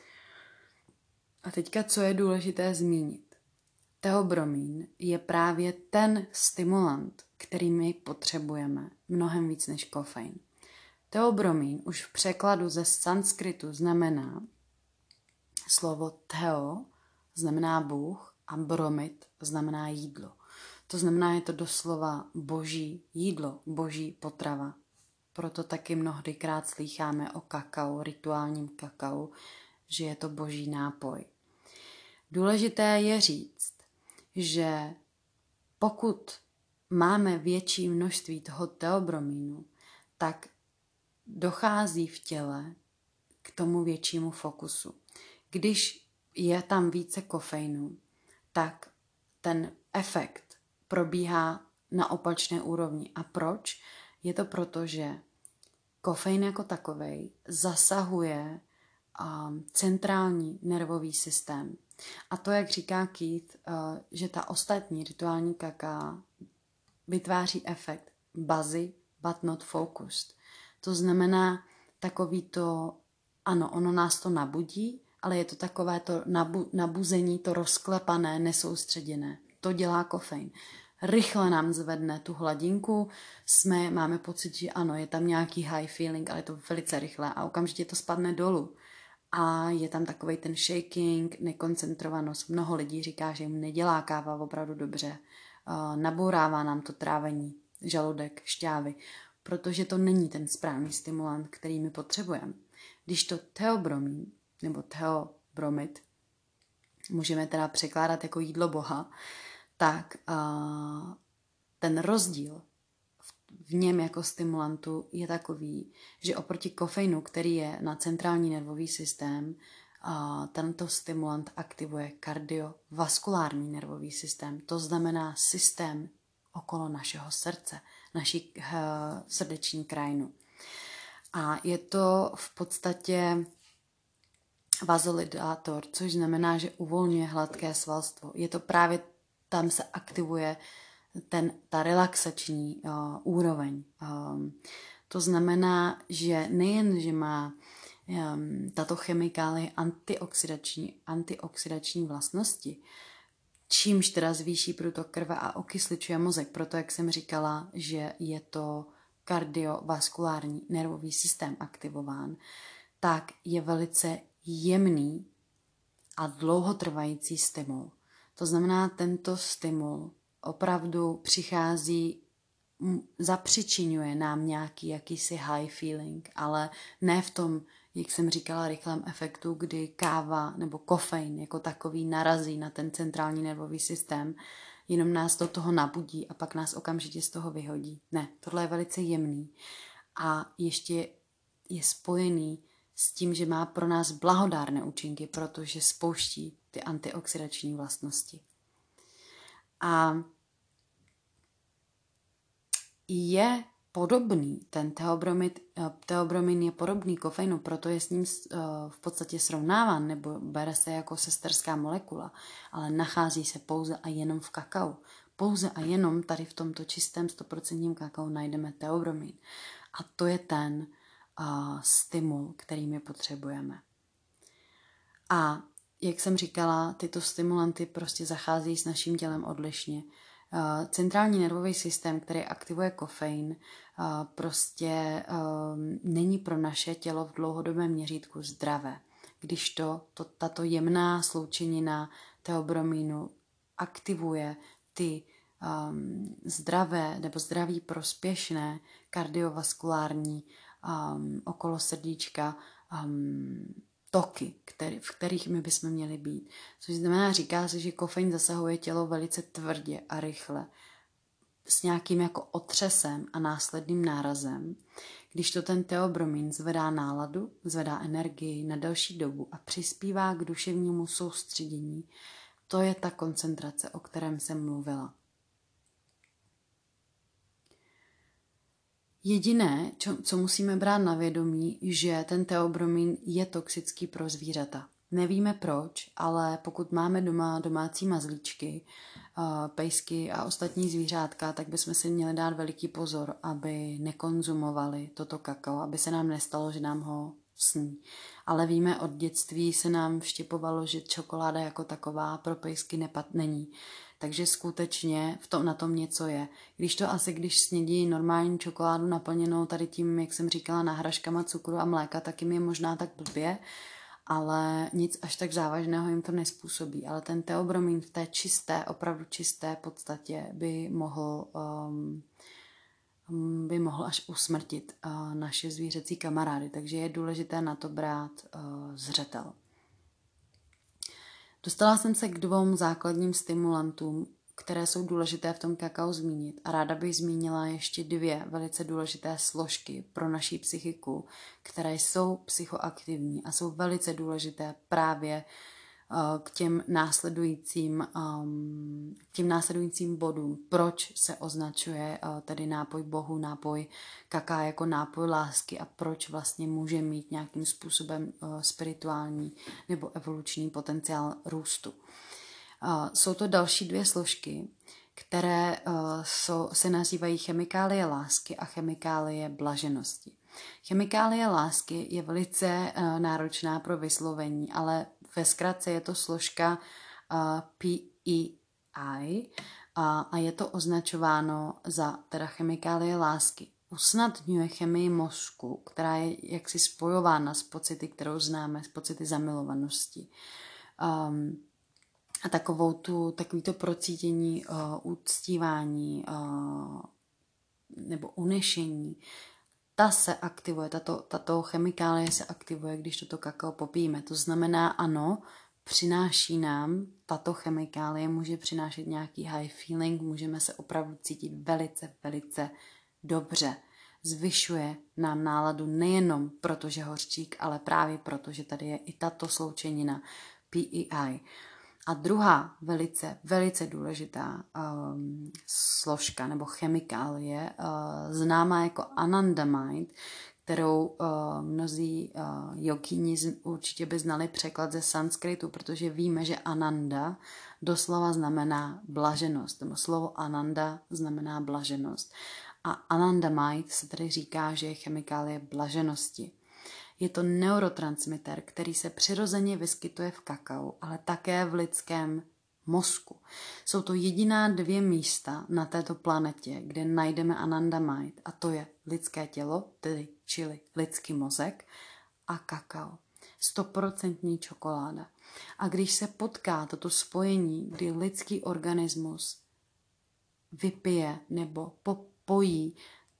A teďka, co je důležité zmínit. Theobromín je právě ten stimulant, který my potřebujeme mnohem víc než kofein. Theobromín už v překladu ze sanskritu znamená slovo theo, znamená Bůh, a bromid znamená jídlo. To znamená, je to doslova boží jídlo, boží potrava. Proto taky mnohdykrát slýcháme o kakao, rituálním kakao, že je to boží nápoj. Důležité je říct, že pokud máme větší množství toho theobromínu, tak dochází v těle k tomu většímu fokusu. Když je tam více kofeinu, tak ten efekt probíhá na opačné úrovni. A proč? Je to proto, že kofein jako takovej zasahuje centrální nervový systém. A to, jak říká Keith, že ta ostatní rituální kaká vytváří efekt buzzy, but not focused. To znamená takový to, ano, ono nás to nabudí, ale je to takové to nabuzení, to rozklepané, nesoustředěné. To dělá kofein. Rychle nám zvedne tu hladinku, máme pocit, že ano, je tam nějaký high feeling, ale je to velice rychle a okamžitě to spadne dolů. A je tam takovej ten shaking, nekoncentrovanost. Mnoho lidí říká, že jim nedělá káva opravdu dobře. Nabourává nám to trávení, žaludek, šťávy, protože to není ten správný stimulant, který my potřebujeme. Když to theobromín nebo theobromid můžeme teda překládat jako jídlo boha, tak ten rozdíl v něm jako stimulantu je takový, že oproti kofeinu, který je na centrální nervový systém, tento stimulant aktivuje kardiovaskulární nervový systém. To znamená systém okolo našeho srdce, naší srdeční krajinu. A je to v podstatě vazolidátor, což znamená, že uvolňuje hladké svalstvo. Je to právě, tam se aktivuje ta relaxační úroveň. To znamená, že nejen, že má tato chemikálie antioxidační vlastnosti, čímž teda zvýší průtok krve a okysličuje mozek. Proto, jak jsem říkala, že je to kardiovaskulární nervový systém aktivován, tak je velice jemný a dlouhotrvající stimul. To znamená, tento stimul opravdu přichází, zapřičiňuje nám nějaký jakýsi high feeling, ale ne v tom, jak jsem říkala, rychlém efektu, kdy káva nebo kofein jako takový narazí na ten centrální nervový systém, jenom nás do toho nabudí a pak nás okamžitě z toho vyhodí. Ne, tohle je velice jemný a ještě je spojený s tím, že má pro nás blahodárné účinky, protože spouští ty antioxidační vlastnosti. A je podobný, ten theobromin je podobný kofeinu, proto je s ním v podstatě srovnáván, nebo bere se jako sesterská molekula, ale nachází se pouze a jenom v kakao. Pouze a jenom tady v tomto čistém 100% kakao najdeme theobromin. A to je ten stimul, který my potřebujeme. A jak jsem říkala, tyto stimulanty prostě zacházejí s naším tělem odlišně. Centrální nervový systém, který aktivuje kofein, prostě není pro naše tělo v dlouhodobém měřítku zdravé. Když tato jemná sloučenina theobromínu aktivuje ty zdravé nebo zdraví prospěšné kardiovaskulární okolo srdíčka toky, v kterých my bychom měli být. Což znamená, říká se, že kofein zasahuje tělo velice tvrdě a rychle, s nějakým jako otřesem a následným nárazem, když to ten theobromin zvedá náladu, zvedá energii na delší dobu a přispívá k duševnímu soustředění. To je ta koncentrace, o kterém jsem mluvila. Jediné, co musíme brát na vědomí, že ten theobromin je toxický pro zvířata. Nevíme proč, ale pokud máme doma domácí mazlíčky, pejsky a ostatní zvířátka, tak bychom si měli dát veliký pozor, aby nekonzumovali toto kakao, aby se nám nestalo, že nám ho sní. Ale víme, od dětství se nám vštěpovalo, že čokoláda jako taková pro pejsky není. Takže skutečně na tom něco je. Když snědí normální čokoládu naplněnou tady tím, jak jsem říkala, náhražkama cukru a mléka, tak jim je možná tak blbě, ale nic až tak závažného jim to nespůsobí. Ale ten theobromin v té čisté, opravdu čisté podstatě by mohl až usmrtit naše zvířecí kamarády. Takže je důležité na to brát zřetel. Dostala jsem se k 2 základním stimulantům, které jsou důležité v tom kakao zmínit. A ráda bych zmínila ještě 2 velice důležité složky pro naši psychiku, které jsou psychoaktivní a jsou velice důležité právě k těm následujícím bodům, proč se označuje tedy nápoj bohu, nápoj kaká jako nápoj lásky a proč vlastně může mít nějakým způsobem spirituální nebo evoluční potenciál růstu. Jsou to další 2 složky, které se nazývají chemikálie lásky a chemikálie blaženosti. Chemikálie lásky je velice náročná pro vyslovení, ale ve zkratce je to složka PEI a je to označováno za teda chemikálie lásky. Usnadňuje chemii mozku, která je jaksi spojována s pocity, kterou známe, s pocity zamilovanosti. A takový to procítění, uctívání nebo unešení, ta se aktivuje, tato chemikálie se aktivuje, když toto kakao popijeme. To znamená, ano, přináší nám, tato chemikálie může přinášet nějaký high feeling, můžeme se opravdu cítit velice, velice dobře. Zvyšuje nám náladu nejenom protože hořčík, ale právě proto, že tady je i tato sloučenina PEI. A druhá velice, velice důležitá složka nebo chemikálie, známá jako anandamide, kterou mnozí jogíni určitě by znali překlad ze sanskritu, protože víme, že ananda doslova znamená blaženost. Nebo slovo ananda znamená blaženost. A anandamide se tedy říká, že je chemikálie blaženosti. Je to neurotransmiter, který se přirozeně vyskytuje v kakao, ale také v lidském mozku. Jsou to jediná 2 místa na této planetě, kde najdeme anandamide, a to je lidské tělo, čili lidský mozek, a kakao. 100% čokoláda. A když se potká toto spojení, kdy lidský organismus vypije nebo pojí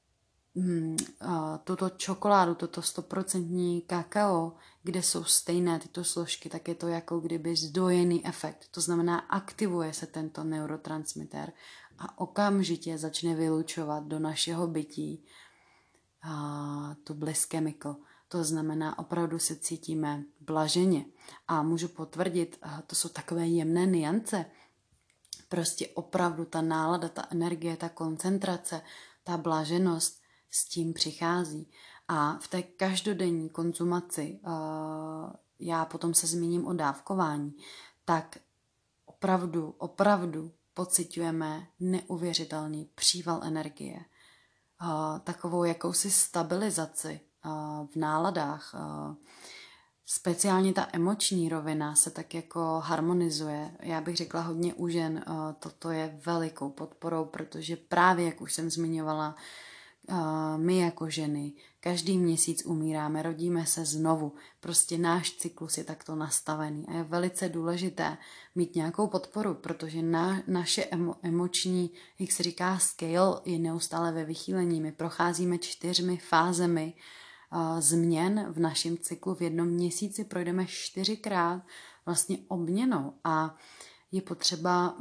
tuto čokoládu, toto 100% kakao, kde jsou stejné tyto složky, tak je to jako kdyby zdvojený efekt. To znamená, aktivuje se tento neurotransmiter a okamžitě začne vylučovat do našeho bytí tu bliss chemical. To znamená, opravdu se cítíme blaženě. A můžu potvrdit, to jsou takové jemné niance. Prostě opravdu ta nálada, ta energie, ta koncentrace, ta blaženost s tím přichází. A v té každodenní konzumaci, já potom se zmíním o dávkování, tak opravdu pociťujeme neuvěřitelný příval energie. Takovou jakousi stabilizaci v náladách. Speciálně ta emoční rovina se tak jako harmonizuje. Já bych řekla hodně u žen, toto je velikou podporou, protože právě, jak už jsem zmiňovala, my jako ženy každý měsíc umíráme, rodíme se znovu. Prostě náš cyklus je takto nastavený a je velice důležité mít nějakou podporu, protože naše emoční, jak se říká, scale je neustále ve vychýlení. My procházíme 4 fázemi změn v našem cyklu. V jednom měsíci projdeme 4krát vlastně obměnou a je potřeba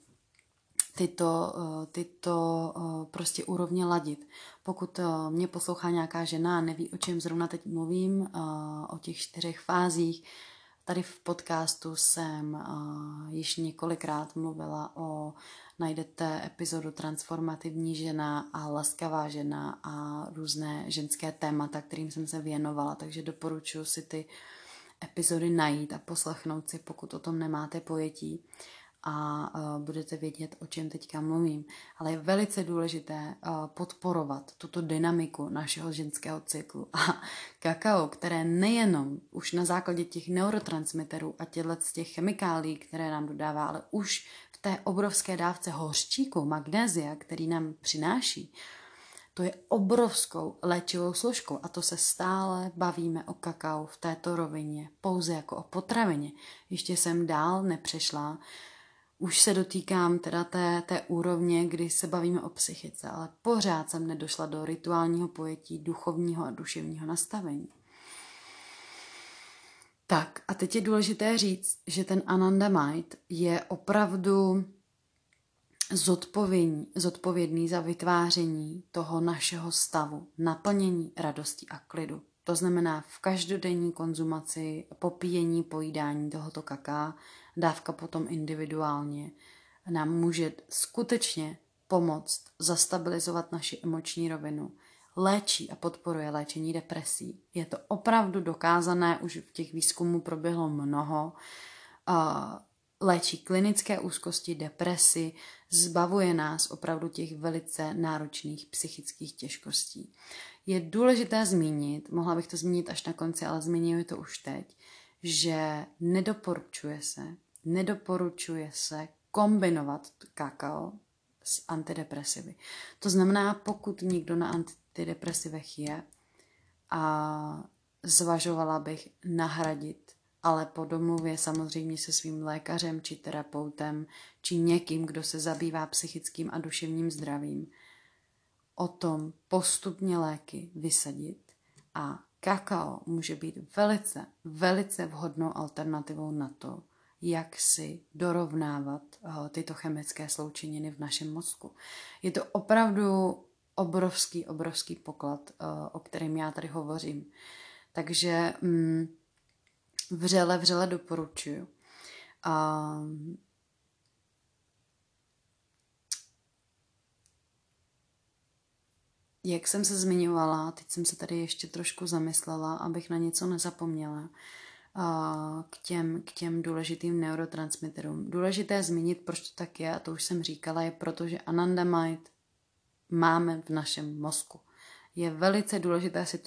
tyto prostě úrovně ladit. Pokud mě poslouchá nějaká žena a neví, o čem zrovna teď mluvím, o těch 4 fázích, tady v podcastu jsem již několikrát mluvila najdete epizodu Transformativní žena a Laskavá žena a různé ženské témata, kterým jsem se věnovala, takže doporučuji si ty epizody najít a poslechnout si, pokud o tom nemáte pojetí a budete vědět, o čem teďka mluvím. Ale je velice důležité podporovat tuto dynamiku našeho ženského cyklu. A kakao, které nejenom už na základě těch neurotransmiterů a těch chemikálií, které nám dodává, ale už v té obrovské dávce hořčíku, magnézia, který nám přináší, to je obrovskou léčivou složkou a to se stále bavíme o kakao v této rovině, pouze jako o potravině. Ještě jsem dál nepřešla, už se dotýkám teda té úrovně, kdy se bavíme o psychice, ale pořád jsem nedošla do rituálního pojetí duchovního a duševního nastavení. Tak a teď je důležité říct, že ten anandamide je opravdu zodpovědný za vytváření toho našeho stavu, naplnění radosti a klidu. To znamená v každodenní konzumaci, popíjení, pojídání tohoto kaká, dávka potom individuálně, nám může skutečně pomoct zastabilizovat naši emoční rovinu. Léčí a podporuje léčení depresí. Je to opravdu dokázané, už v těch výzkumů proběhlo mnoho. Léčí klinické úzkosti, depresi, zbavuje nás opravdu těch velice náročných psychických těžkostí. Je důležité zmínit, mohla bych to zmínit až na konci, ale zmiňuji to už teď, že nedoporučuje se kombinovat kakao s antidepresivy. To znamená, pokud někdo na antidepresivech je a zvažovala bych nahradit, ale po domluvě samozřejmě se svým lékařem či terapeutem či někým, kdo se zabývá psychickým a duševním zdravím, o tom postupně léky vysadit a kakao může být velice, velice vhodnou alternativou na to, jak si dorovnávat tyto chemické sloučeniny v našem mozku. Je to opravdu obrovský poklad, o kterém já tady hovořím. Takže vřele doporučuju. Jak jsem se zmiňovala, teď jsem se tady ještě trošku zamyslela, abych na něco nezapomněla, k těm důležitým neurotransmiterům. Důležité zmínit, proč to tak je, a to už jsem říkala, je proto, že anandamide máme v našem mozku. Je velice důležité si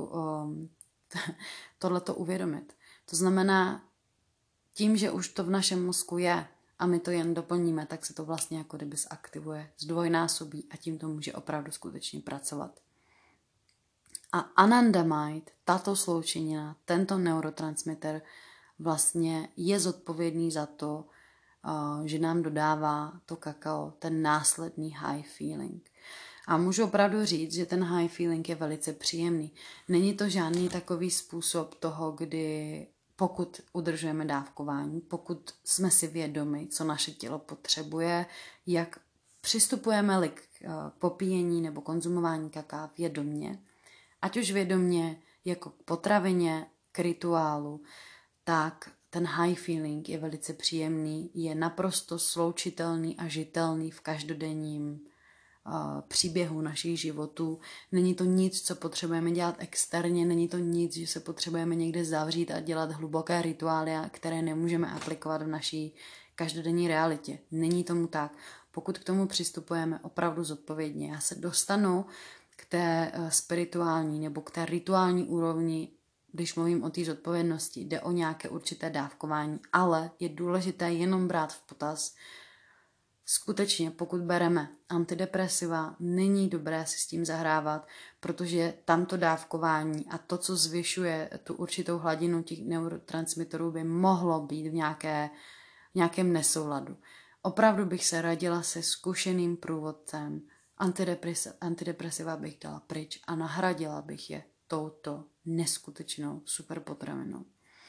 tohleto uvědomit. To znamená, tím, že už to v našem mozku je a my to jen doplníme, tak se to vlastně jako kdyby zaktivuje, zdvojnásobí a tím to může opravdu skutečně pracovat. A anandamide, tato sloučenina, tento neurotransmitter vlastně je zodpovědný za to, že nám dodává to kakao ten následný high feeling. A můžu opravdu říct, že ten high feeling je velice příjemný. Není to žádný takový způsob toho, kdy pokud udržujeme dávkování, pokud jsme si vědomi, co naše tělo potřebuje, jak přistupujeme-li k popíjení nebo konzumování kaká vědomě, ať už vědomě jako k potravině, k rituálu, tak ten high feeling je velice příjemný, je naprosto sloučitelný a žitelný v každodenním příběhu našich životů. Není to nic, co potřebujeme dělat externě, není to nic, že se potřebujeme někde zavřít a dělat hluboké rituály, které nemůžeme aplikovat v naší každodenní realitě. Není tomu tak. Pokud k tomu přistupujeme opravdu zodpovědně, já se dostanu k té spirituální nebo k té rituální úrovni, když mluvím o té zodpovědnosti, jde o nějaké určité dávkování, ale je důležité jenom brát v potaz, skutečně, pokud bereme antidepresiva, není dobré si s tím zahrávat, protože tamto dávkování a to, co zvyšuje tu určitou hladinu těch neurotransmiterů, by mohlo být v nějakém nesouladu. Opravdu bych se radila se zkušeným průvodcem, antidepresiva bych dala pryč a nahradila bych je touto neskutečnou superpotravinou.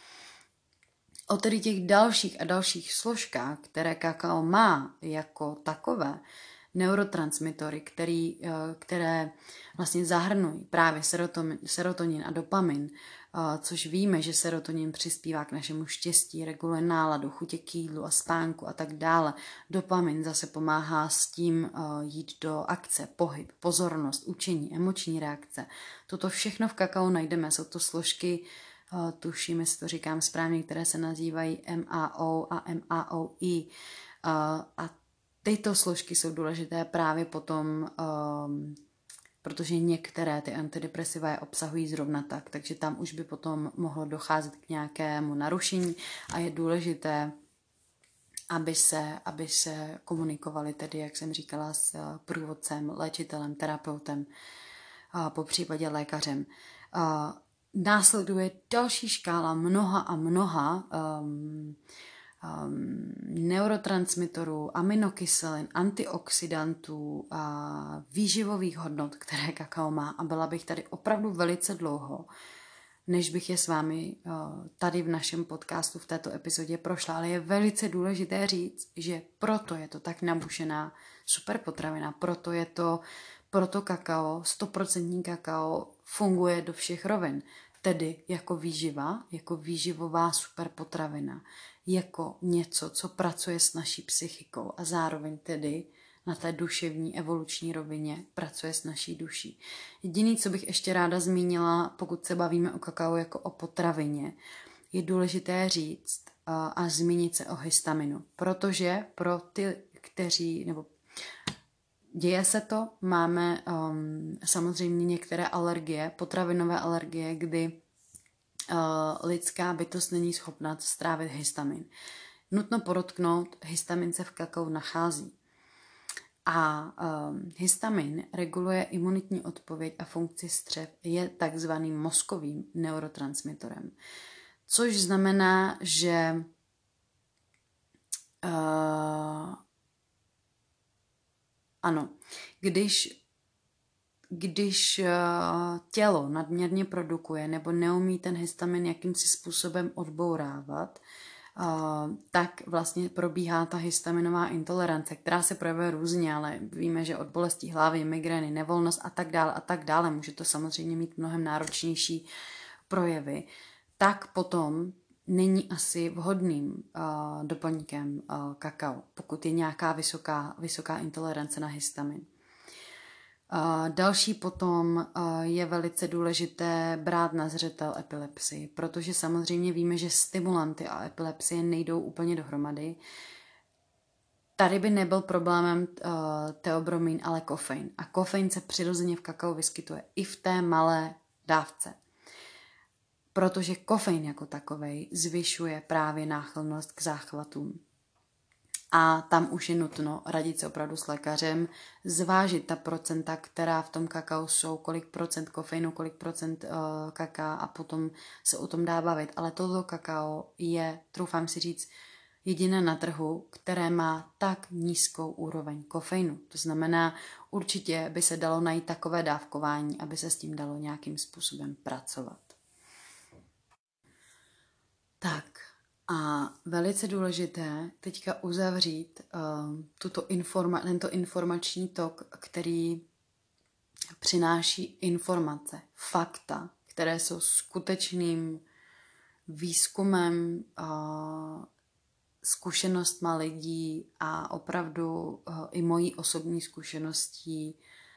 O tedy těch dalších a dalších složkách, které kakao má jako takové, neurotransmitory, které vlastně zahrnují právě serotonin a dopamin, což víme, že serotonin přispívá k našemu štěstí, reguluje náladu, chutě k jídlu a spánku a tak dále. Dopamin zase pomáhá s tím jít do akce, pohyb, pozornost, učení, emoční reakce. Toto všechno v kakao najdeme, jsou to složky, tuším, jestli to říkám správně, které se nazývají MAO a MAOI. A tyto složky jsou důležité právě potom, protože některé ty antidepresiva je obsahují zrovna tak, takže tam už by potom mohlo docházet k nějakému narušení a je důležité, aby se komunikovali tedy, jak jsem říkala, s průvodcem, léčitelem, terapeutem, po případě lékařem. Následuje další škála mnoha neurotransmitorů, aminokyselin, antioxidantů a výživových hodnot, které kakao má. A byla bych tady opravdu velice dlouho, než bych je s vámi tady v našem podcastu v této epizodě prošla. Ale je velice důležité říct, že proto je to tak nabušená superpotravina, proto kakao, 100% kakao funguje do všech rovin, tedy jako výživa, jako výživová superpotravina, jako něco, co pracuje s naší psychikou a zároveň tedy na té duševní evoluční rovině pracuje s naší duší. Jediný, co bych ještě ráda zmínila, pokud se bavíme o kakao jako o potravině, je důležité říct a zmínit se o histaminu, protože pro ty, kteří, nebo děje se to, máme samozřejmě některé alergie, potravinové alergie, kdy lidská bytost není schopná strávit histamin. Nutno podotknout, histamin se v kakao nachází. A histamin reguluje imunitní odpověď a funkci střev, je takzvaným mozkovým neurotransmitorem. Což znamená, že ano, když tělo nadměrně produkuje nebo neumí ten histamin jakýmsi způsobem odbourávat, tak vlastně probíhá ta histaminová intolerance, která se projevuje různě, ale víme, že od bolesti hlavy, migrény, nevolnost a tak dále, může to samozřejmě mít mnohem náročnější projevy, tak potom není asi vhodným doplňkem kakao, pokud je nějaká vysoká intolerance na histamin. Další potom je velice důležité brát na zřetel epilepsii, protože samozřejmě víme, že stimulanty a epilepsie nejdou úplně dohromady. Tady by nebyl problémem theobromín, ale kofein. A kofein se přirozeně v kakao vyskytuje i v té malé dávce. Protože kofein jako takovej zvyšuje právě náchylnost k záchvatům. A tam už je nutno radit se opravdu s lékařem, zvážit ta procenta, která v tom kakao jsou, kolik procent kofeinu, kolik procent kakaa a potom se o tom dá bavit. Ale toto kakao je, troufám si říct, jediné na trhu, které má tak nízkou úroveň kofeinu. To znamená, určitě by se dalo najít takové dávkování, aby se s tím dalo nějakým způsobem pracovat. Tak. A velice důležité teďka uzavřít tento informační tok, který přináší informace, fakta, které jsou skutečným výzkumem, zkušenostma lidí a opravdu i mojí osobní zkušeností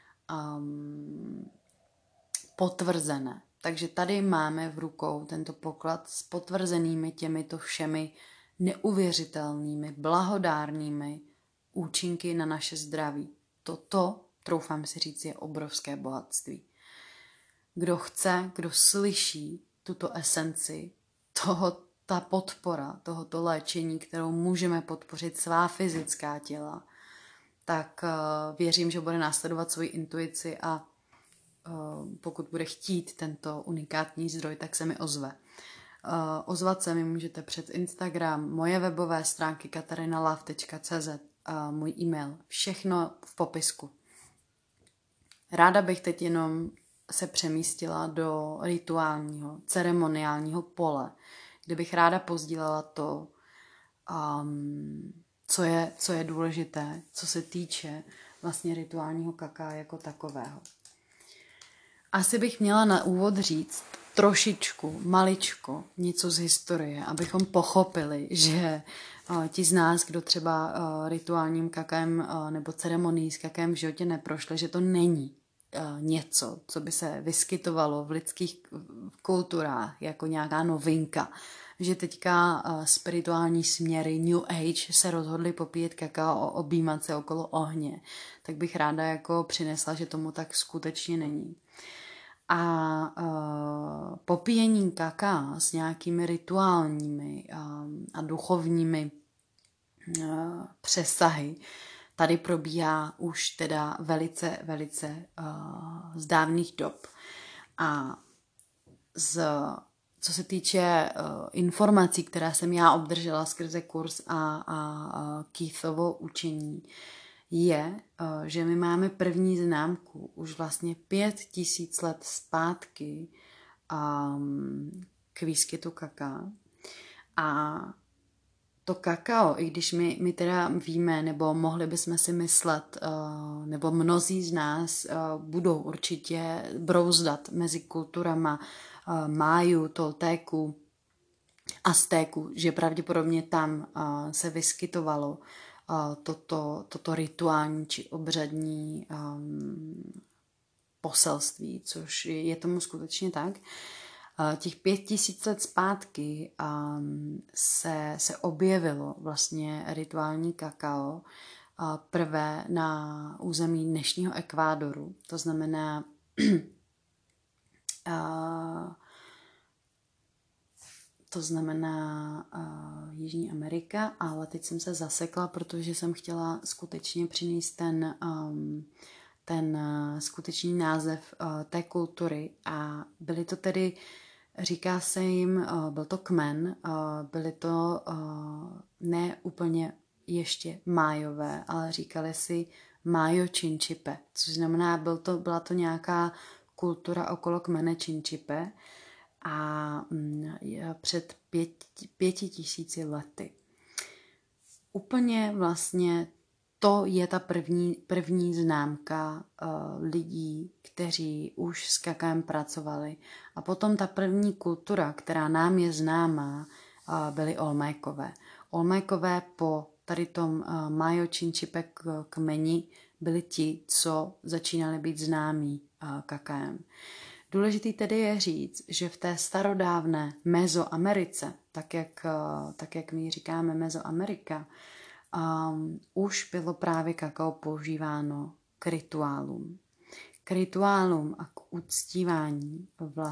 potvrzené. Takže tady máme v rukou tento poklad s potvrzenými těmito všemi neuvěřitelnými, blahodárnými účinky na naše zdraví. Toto, troufám si říct, je obrovské bohatství. Kdo chce, kdo slyší tuto esenci, ta podpora tohoto léčení, kterou můžeme podpořit svá fyzická těla, tak věřím, že bude následovat svoji intuici a pokud bude chtít tento unikátní zdroj, tak se mi ozve. Ozvat se mi můžete přes Instagram, moje webové stránky katarinalove.cz, můj e-mail, všechno v popisku. Ráda bych teď jenom se přemístila do rituálního, ceremoniálního pole, kde bych ráda pozdílela to, co je důležité, co se týče vlastně rituálního kakaa jako takového. Asi bych měla na úvod říct trošičku, maličko, něco z historie, abychom pochopili, že ti z nás, kdo třeba rituálním kakaem nebo ceremonií s kakaem v životě neprošli, že to není něco, co by se vyskytovalo v lidských kulturách jako nějaká novinka. Že teďka spirituální směry New Age se rozhodly popíjet kakao, objímat se okolo ohně. Tak bych ráda jako přinesla, že tomu tak skutečně není. A popíjení kakaa s nějakými rituálními a duchovními přesahy tady probíhá už teda velice, velice z dávných dob. A co se týče informací, které jsem já obdržela skrze kurz a Keithovo učení, je, že my máme první známku už vlastně 5000 let zpátky k výskytu kakaa. A to kakao, i když my teda víme, nebo mohli bychom si myslet, nebo mnozí z nás budou určitě brouzdat mezi kulturama Májů, Toltéků, Aztéků, že pravděpodobně tam se vyskytovalo toto rituální či obřadní poselství, což je tomu skutečně tak. Těch 5000 let zpátky se objevilo vlastně rituální kakao prvé na území dnešního Ekvádoru, to znamená Jižní Amerika, ale teď jsem se zasekla, protože jsem chtěla skutečně přinést ten skutečný název té kultury a byly to tedy, říká se jim, byl to kmen, byly to ne úplně ještě májové, ale říkali si Májo Činčipe, což znamená, byla to nějaká kultura okolo kmene Činčipe a před 5000 lety. Úplně vlastně to je ta první známka lidí, kteří už s kakaem pracovali. A potom ta první kultura, která nám je známá, byly Olmékové. Olmékové po tady tom Májo Činčipe kmeni byli ti, co začínali být známí kakaem. Důležitý tedy je říct, že v té starodávné Mezoamerice, tak jak my říkáme Mezoamerika, už bylo právě kakao používáno k rituálům. K rituálům a k uctívání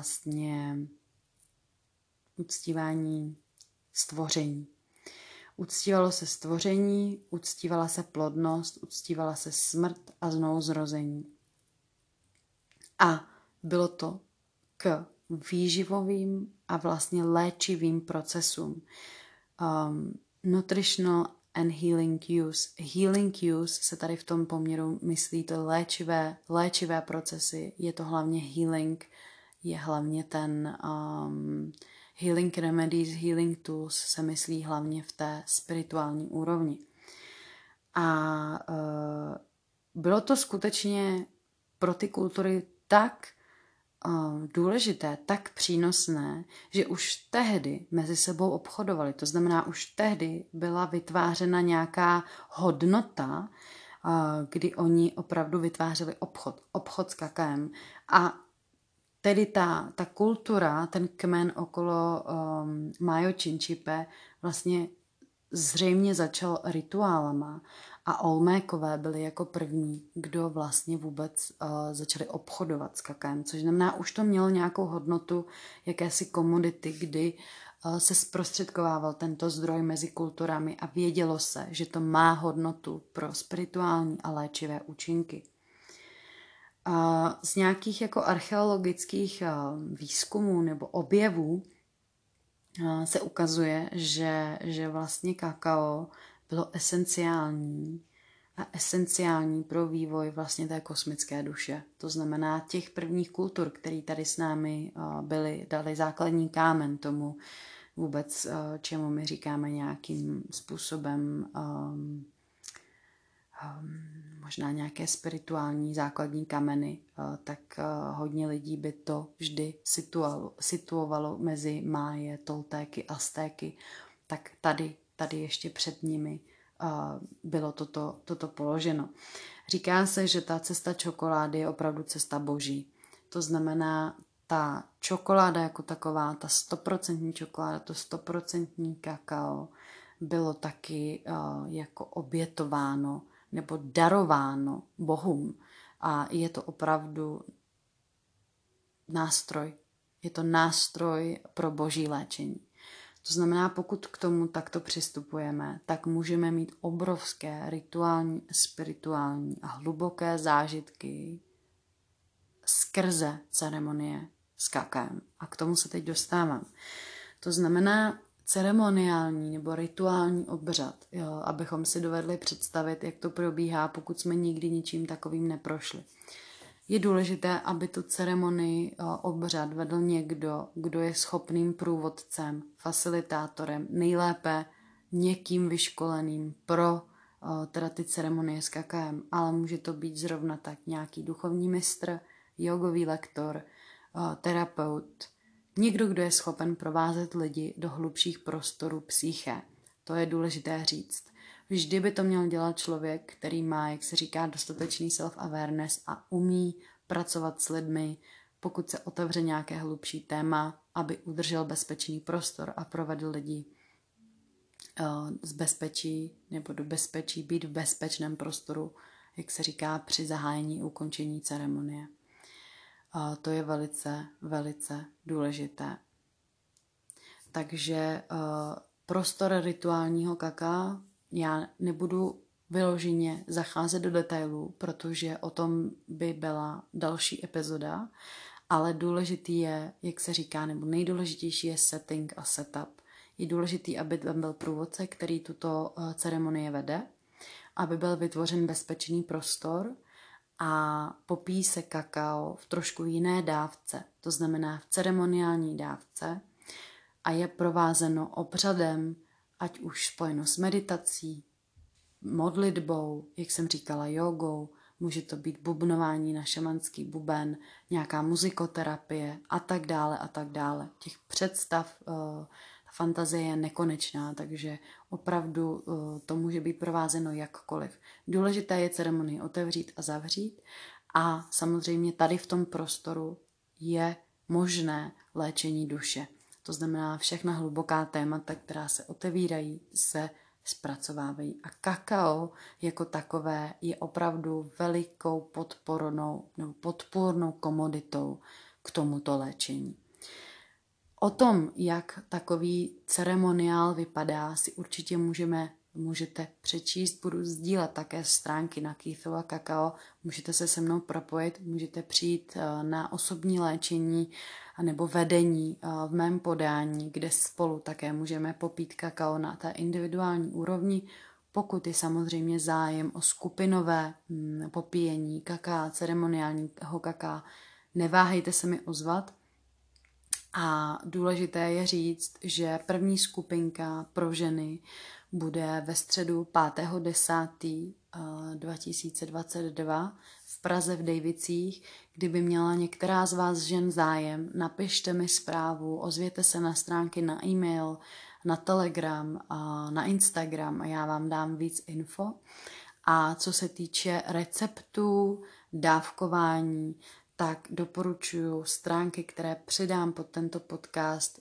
stvoření. Uctívalo se stvoření, uctívala se plodnost, uctívala se smrt a znovuzrození. A bylo to k výživovým a vlastně léčivým procesům. Nutritional and healing use. Healing use se tady v tom poměru myslí to léčivé procesy. Je to hlavně healing, je hlavně ten healing remedies, healing tools se myslí hlavně v té spirituální úrovni. A bylo to skutečně pro ty kultury tak důležité, tak přínosné, že už tehdy mezi sebou obchodovali. To znamená, už tehdy byla vytvářena nějaká hodnota, kdy oni opravdu vytvářeli obchod s kakaem. A tedy ta kultura, ten kmen okolo Májo Činčipe vlastně zřejmě začal rituálama a Olmékové byli jako první, kdo vlastně vůbec začali obchodovat s kakaem, což znamená, už to mělo nějakou hodnotu jakési komodity, kdy se zprostředkovával tento zdroj mezi kulturami a vědělo se, že to má hodnotu pro spirituální a léčivé účinky. Z nějakých jako archeologických výzkumů nebo objevů se ukazuje, že vlastně kakao bylo esenciální pro vývoj vlastně té kosmické duše. To znamená těch prvních kultur, které tady s námi byly, dali základní kámen tomu vůbec, čemu my říkáme nějakým způsobem možná nějaké spirituální základní kameny, tak hodně lidí by to vždy situovalo mezi Máje, Toltéky, Aztéky, tak tady ještě před nimi bylo toto položeno. Říká se, že ta cesta čokolády je opravdu cesta boží. To znamená, ta čokoláda jako taková, ta 100% čokoláda, to 100% kakao bylo taky jako obětováno nebo darováno bohům. A je to opravdu nástroj. Je to nástroj pro boží léčení. To znamená, pokud k tomu takto přistupujeme, tak můžeme mít obrovské rituální, spirituální a hluboké zážitky skrze ceremonie s kakaem. A k tomu se teď dostávám. To znamená ceremoniální nebo rituální obřad, abychom si dovedli představit, jak to probíhá, pokud jsme nikdy ničím takovým neprošli. Je důležité, aby tu ceremonii obřad vedl někdo, kdo je schopným průvodcem, facilitátorem, nejlépe někým vyškoleným pro teda ty ceremonie s kakaem, ale může to být zrovna tak nějaký duchovní mistr, jogový lektor, terapeut, někdo, kdo je schopen provázet lidi do hlubších prostorů psyché. To je důležité říct. Vždy by to měl dělat člověk, který má, jak se říká, dostatečný self-awareness a umí pracovat s lidmi, pokud se otevře nějaké hlubší téma, aby udržel bezpečný prostor a provedl lidi z bezpečí nebo do bezpečí, být v bezpečném prostoru, jak se říká, při zahájení ukončení ceremonie. To je velice, velice důležité. Takže prostor rituálního kakaa, já nebudu vyloženě zacházet do detailů, protože o tom by byla další epizoda, ale důležitý je, jak se říká, nebo nejdůležitější je setting a setup. Je důležitý, aby tam byl průvodce, který tuto ceremonii vede, aby byl vytvořen bezpečný prostor a popíjí se kakao v trošku jiné dávce, to znamená v ceremoniální dávce a je provázeno obřadem, ať už spojeno s meditací, modlitbou, jak jsem říkala, jogou, může to být bubnování na šamanský buben, nějaká muzikoterapie a tak dále a tak dále. Těch představ, fantazie je nekonečná, takže opravdu to může být provázeno jakkoliv. Důležité je ceremonii otevřít a zavřít a samozřejmě tady v tom prostoru je možné léčení duše. To znamená všechna hluboká témata, která se otevírají, se zpracovávají. A kakao jako takové je opravdu velikou podpůrnou komoditou k tomuto léčení. O tom, jak takový ceremoniál vypadá, si určitě můžete přečíst. Budu sdílet také stránky na Keithova kakao. Můžete se se mnou propojit, můžete přijít na osobní léčení nebo vedení v mém podání, kde spolu také můžeme popít kakao na té individuální úrovni. Pokud je samozřejmě zájem o skupinové popíjení kakaa, ceremoniálního kakaa, neváhejte se mi ozvat. A důležité je říct, že první skupinka pro ženy bude ve středu 5.10.2022 v Praze v Dejvicích. Kdyby měla některá z vás žen zájem, napište mi zprávu, ozvěte se na stránky, na e-mail, na Telegram, na Instagram a já vám dám víc info. A co se týče receptů, dávkování, tak doporučuji stránky, které přidám pod tento podcast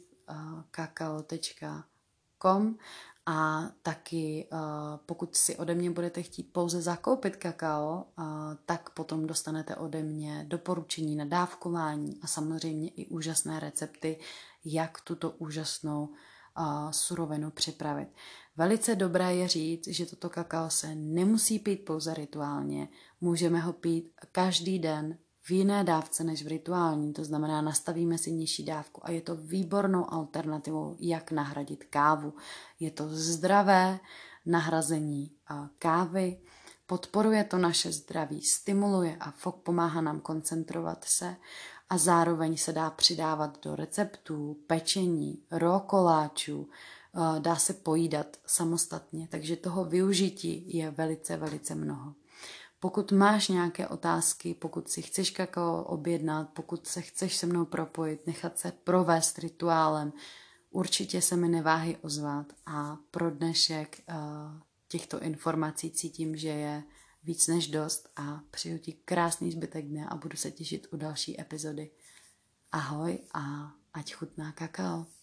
keithkakao.com a taky pokud si ode mě budete chtít pouze zakoupit kakao, tak potom dostanete ode mě doporučení na dávkování a samozřejmě i úžasné recepty, jak tuto úžasnou surovinu připravit. Velice dobré je říct, že toto kakao se nemusí pít pouze rituálně, můžeme ho pít každý den v jiné dávce než v rituální, to znamená nastavíme si nižší dávku a je to výbornou alternativou, jak nahradit kávu. Je to zdravé nahrazení kávy, podporuje to naše zdraví, stimuluje a pomáhá nám koncentrovat se a zároveň se dá přidávat do receptů, pečení, rokoláčů, dá se pojídat samostatně, takže toho využití je velice, velice mnoho. Pokud máš nějaké otázky, pokud si chceš kakao objednat, pokud se chceš se mnou propojit, nechat se provést rituálem, určitě se mi neváhej ozvat a pro dnešek těchto informací cítím, že je víc než dost a přeju ti krásný zbytek dne a budu se těšit u další epizody. Ahoj a ať chutná kakao.